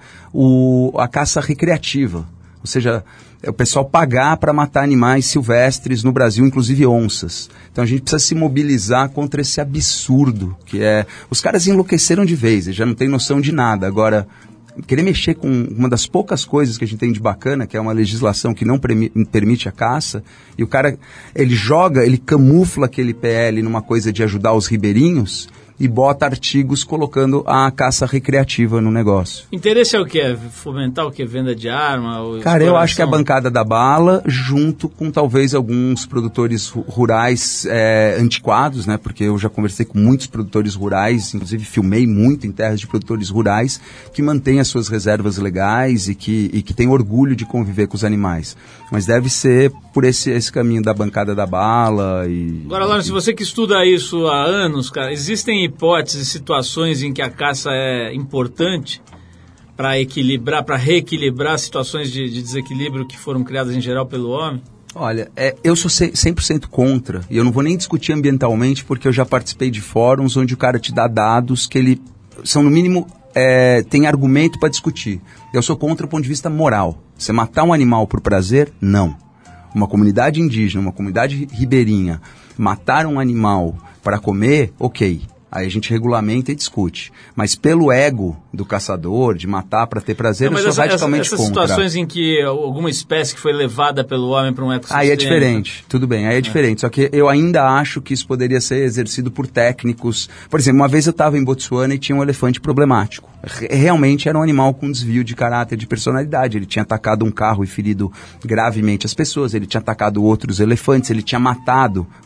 a caça recreativa. Ou seja, o pessoal pagar para matar animais silvestres no Brasil, inclusive onças. Então a gente precisa se mobilizar contra esse absurdo, que é... Os caras enlouqueceram de vez, eles já não têm noção de nada. Agora... Querer mexer com uma das poucas coisas que a gente tem de bacana, que é uma legislação que não permite a caça, e o cara, ele camufla aquele PL numa coisa de ajudar os ribeirinhos e bota artigos colocando a caça recreativa no negócio. O interesse é o quê? Fomentar o quê? Venda de arma? Cara, eu acho que a bancada da bala, junto com talvez alguns produtores rurais antiquados, né? Porque eu já conversei com muitos produtores rurais, inclusive filmei muito em terras de produtores rurais, que mantêm as suas reservas legais e que têm orgulho de conviver com os animais. Mas deve ser por esse caminho da bancada da bala e... Agora, Laurence, você que estuda isso há anos, cara, existem hipóteses, situações em que a caça é importante para equilibrar, para reequilibrar situações de desequilíbrio que foram criadas em geral pelo homem? Olha, eu sou 100% contra, e eu não vou nem discutir ambientalmente, porque eu já participei de fóruns onde o cara te dá dados que ele são, no mínimo, tem argumento para discutir. Eu sou contra o ponto de vista moral. Você matar um animal por prazer, não. Uma comunidade indígena, uma comunidade ribeirinha, matar um animal para comer, ok. Aí a gente regulamenta e discute. Mas pelo ego do caçador, de matar para ter prazer, eu sou radicalmente contra. Essas situações em que alguma espécie que foi levada pelo homem para um ecossistema... Aí é diferente, tudo bem, aí é diferente. Só que eu ainda acho que isso poderia ser exercido por técnicos. Por exemplo, uma vez eu estava em Botsuana e tinha um elefante problemático. Realmente era um animal com desvio de caráter, de personalidade. Ele tinha atacado um carro e ferido gravemente as pessoas, ele tinha atacado outros elefantes, ele tinha matado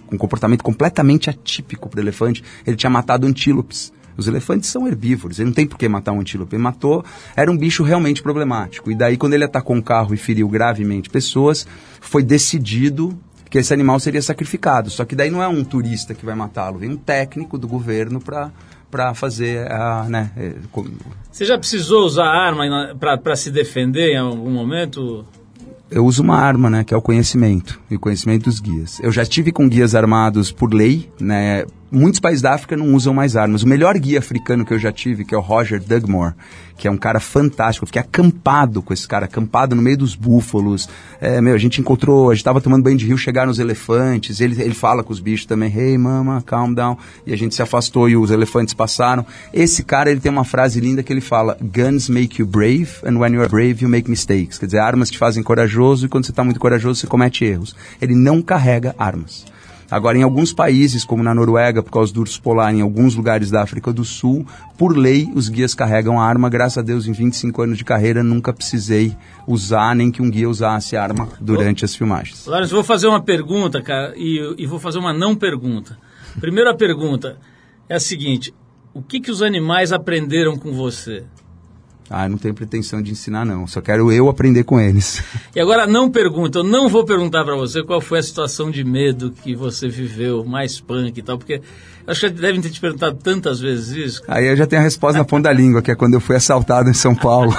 com um comportamento completamente atípico para o elefante, ele tinha matado antílopes. Os elefantes são herbívoros, ele não tem por que matar um antílope. Ele matou, era um bicho realmente problemático. E daí, quando ele atacou um carro e feriu gravemente pessoas, foi decidido que esse animal seria sacrificado. Só que daí não é um turista que vai matá-lo, vem um técnico do governo para fazer a... né, Você já precisou usar arma para se defender em algum momento? Eu uso uma arma, né, que é o conhecimento, e o conhecimento dos guias. Eu já estive com guias armados por lei, né. Muitos países da África não usam mais armas. O melhor guia africano que eu já tive, que é o Roger Dugmore, que é um cara fantástico. Eu fiquei acampado com esse cara, acampado no meio dos búfalos. A gente estava tomando banho de rio, chegaram os elefantes, ele fala com os bichos também, hey mama, calm down, e a gente se afastou e os elefantes passaram. Esse cara, ele tem uma frase linda que ele fala, guns make you brave, and when you are brave you make mistakes. Quer dizer, armas te fazem corajoso, e quando você está muito corajoso, você comete erros. Ele não carrega armas. Agora, em alguns países, como na Noruega, por causa do urso polar, em alguns lugares da África do Sul, por lei, os guias carregam arma. Graças a Deus, em 25 anos de carreira, nunca precisei usar, nem que um guia usasse arma durante as filmagens. Laurence, vou fazer uma pergunta, cara, e vou fazer uma não pergunta. Primeira pergunta é a seguinte, o que os animais aprenderam com você? Eu não tenho pretensão de ensinar, não. Só quero eu aprender com eles. E agora não pergunta, eu não vou perguntar para você qual foi a situação de medo que você viveu, mais punk e tal, porque acho que devem ter te perguntado tantas vezes isso. Aí eu já tenho a resposta na ponta da língua, que é quando eu fui assaltado em São Paulo.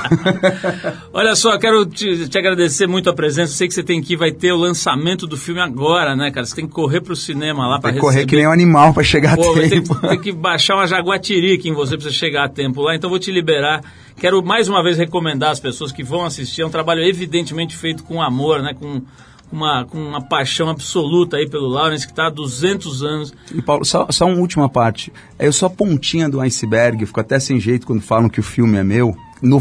Olha só, quero te agradecer muito a presença. Eu sei que você tem que ir, vai ter o lançamento do filme agora, né, cara? Você tem que correr pro cinema lá para receber. Correr que nem um animal para chegar a tempo. Tem que baixar uma jaguatirica em você para você chegar a tempo lá, então vou te liberar. Quero mais uma vez recomendar às pessoas que vão assistir. É um trabalho evidentemente feito com amor, né? Com uma paixão absoluta aí pelo Laurence, que está há 200 anos. E Paulo, só uma última parte. Eu sou a pontinha do iceberg, eu fico até sem jeito quando falam que o filme é meu.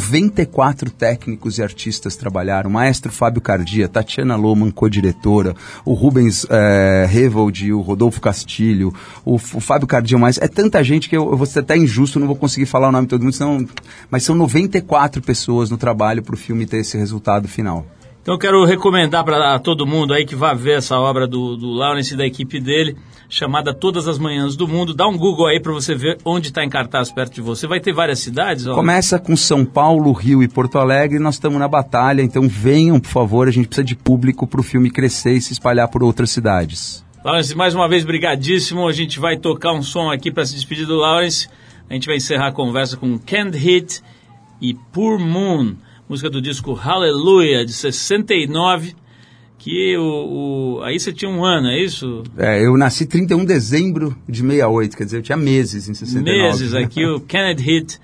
94 técnicos e artistas trabalharam, o maestro Fábio Cardia, Tatiana Lohmann, co-diretora, o Rubens Revold, o Rodolfo Castilho, o Fábio Cardia, é tanta gente que eu vou ser até injusto, não vou conseguir falar o nome de todo mundo, senão, mas são 94 pessoas no trabalho para o filme ter esse resultado final. Então eu quero recomendar para todo mundo aí que vá ver essa obra do Laurence e da equipe dele, chamada Todas as Manhãs do Mundo. Dá um Google aí para você ver onde está em cartaz perto de você. Vai ter várias cidades? Ó. Começa com São Paulo, Rio e Porto Alegre. Nós estamos na batalha, então venham, por favor. A gente precisa de público para o filme crescer e se espalhar por outras cidades. Laurence, mais uma vez, brigadíssimo. A gente vai tocar um som aqui para se despedir do Laurence. A gente vai encerrar a conversa com Can't Hit e Poor Moon, música do disco Hallelujah, de 69, que aí você tinha um ano, é isso? Eu nasci 31 de dezembro de 68, quer dizer, eu tinha meses em 69. Meses, aqui o Can't Hit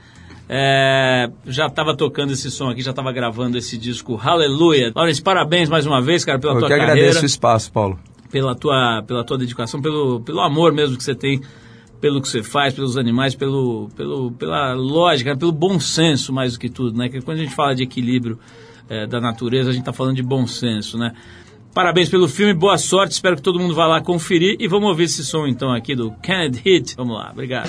já estava tocando esse som aqui, já estava gravando esse disco Hallelujah. Laurence, parabéns mais uma vez, cara, pela tua carreira. Eu que agradeço o espaço, Paulo. Pela tua dedicação, pelo amor mesmo que você tem pelo que você faz, pelos animais, pela lógica, pelo bom senso mais do que tudo, né? Que quando a gente fala de equilíbrio da natureza, a gente está falando de bom senso, né? Parabéns pelo filme, boa sorte, espero que todo mundo vá lá conferir e vamos ouvir esse som então aqui do Can't Hit. Vamos lá, obrigado.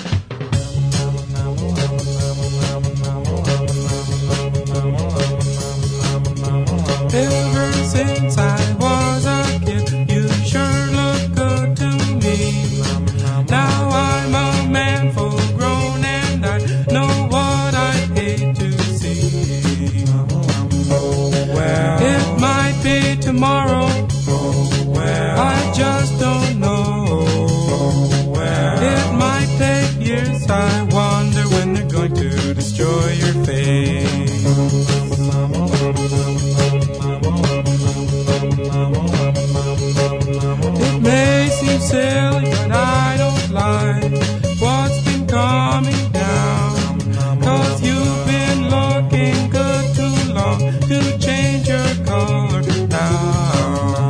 Ever since I was a kid, you sure look good to me. Now I'm a man full grown and I know what I hate to see. Well, it might be tomorrow. Well, I just don't know. Well, it might take years. I wonder when they're going to destroy your face. It may seem silly, but I don't like what's been coming down. 'Cause you've been looking good too long to change your color now.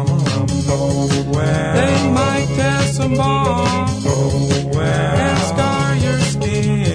They might test some bombs and scar your skin.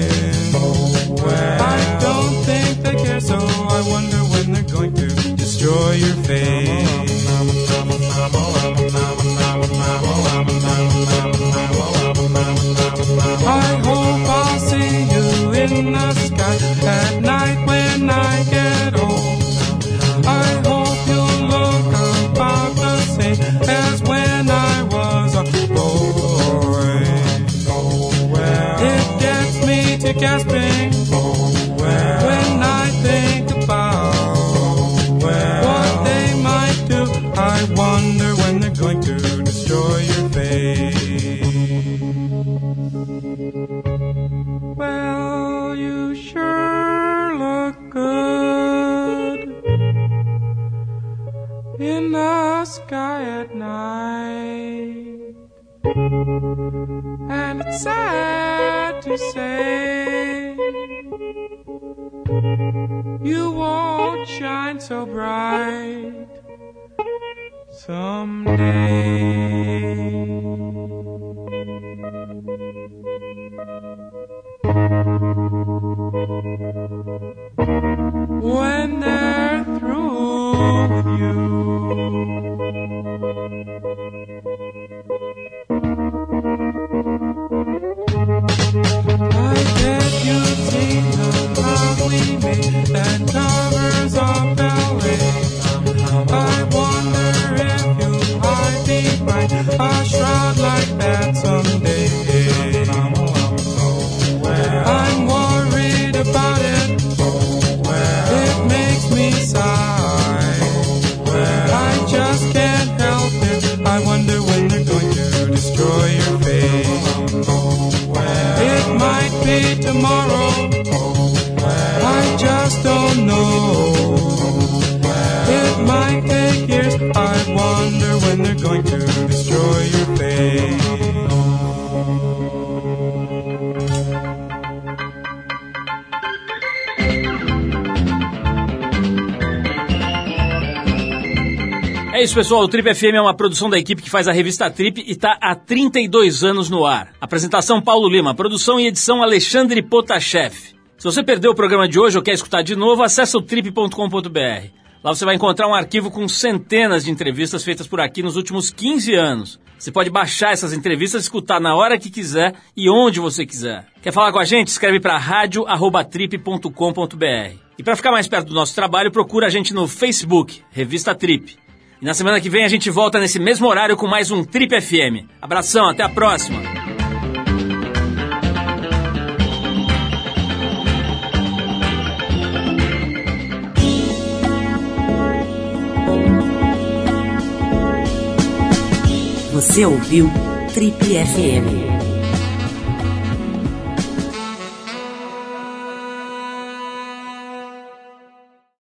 me gasping when I think about what they might do. I wonder when they're going to destroy your face. Well, you sure look good in the sky at night, and it's sad to say you won't shine so bright someday. When they're through with you, I bet you've seen the love we made that covers our ballet. I wonder if you'll hide behind a shroud like that someday. I'm worried about it. It makes me sigh. I just can't help it. I wonder when they're going to destroy your face. It might be tomorrow. I just don't know. It might take years. I wonder when they're going to destroy your face. É isso, pessoal. O Trip FM é uma produção da equipe que faz a revista Trip e está há 32 anos no ar. Apresentação Paulo Lima, produção e edição Alexandre Potashev. Se você perdeu o programa de hoje ou quer escutar de novo, acesse o trip.com.br. Lá você vai encontrar um arquivo com centenas de entrevistas feitas por aqui nos últimos 15 anos. Você pode baixar essas entrevistas e escutar na hora que quiser e onde você quiser. Quer falar com a gente? Escreve para radio@trip.com.br. E para ficar mais perto do nosso trabalho, procura a gente no Facebook, Revista Trip. E na semana que vem a gente volta nesse mesmo horário com mais um Trip FM. Abração, até a próxima! Você ouviu Trip FM.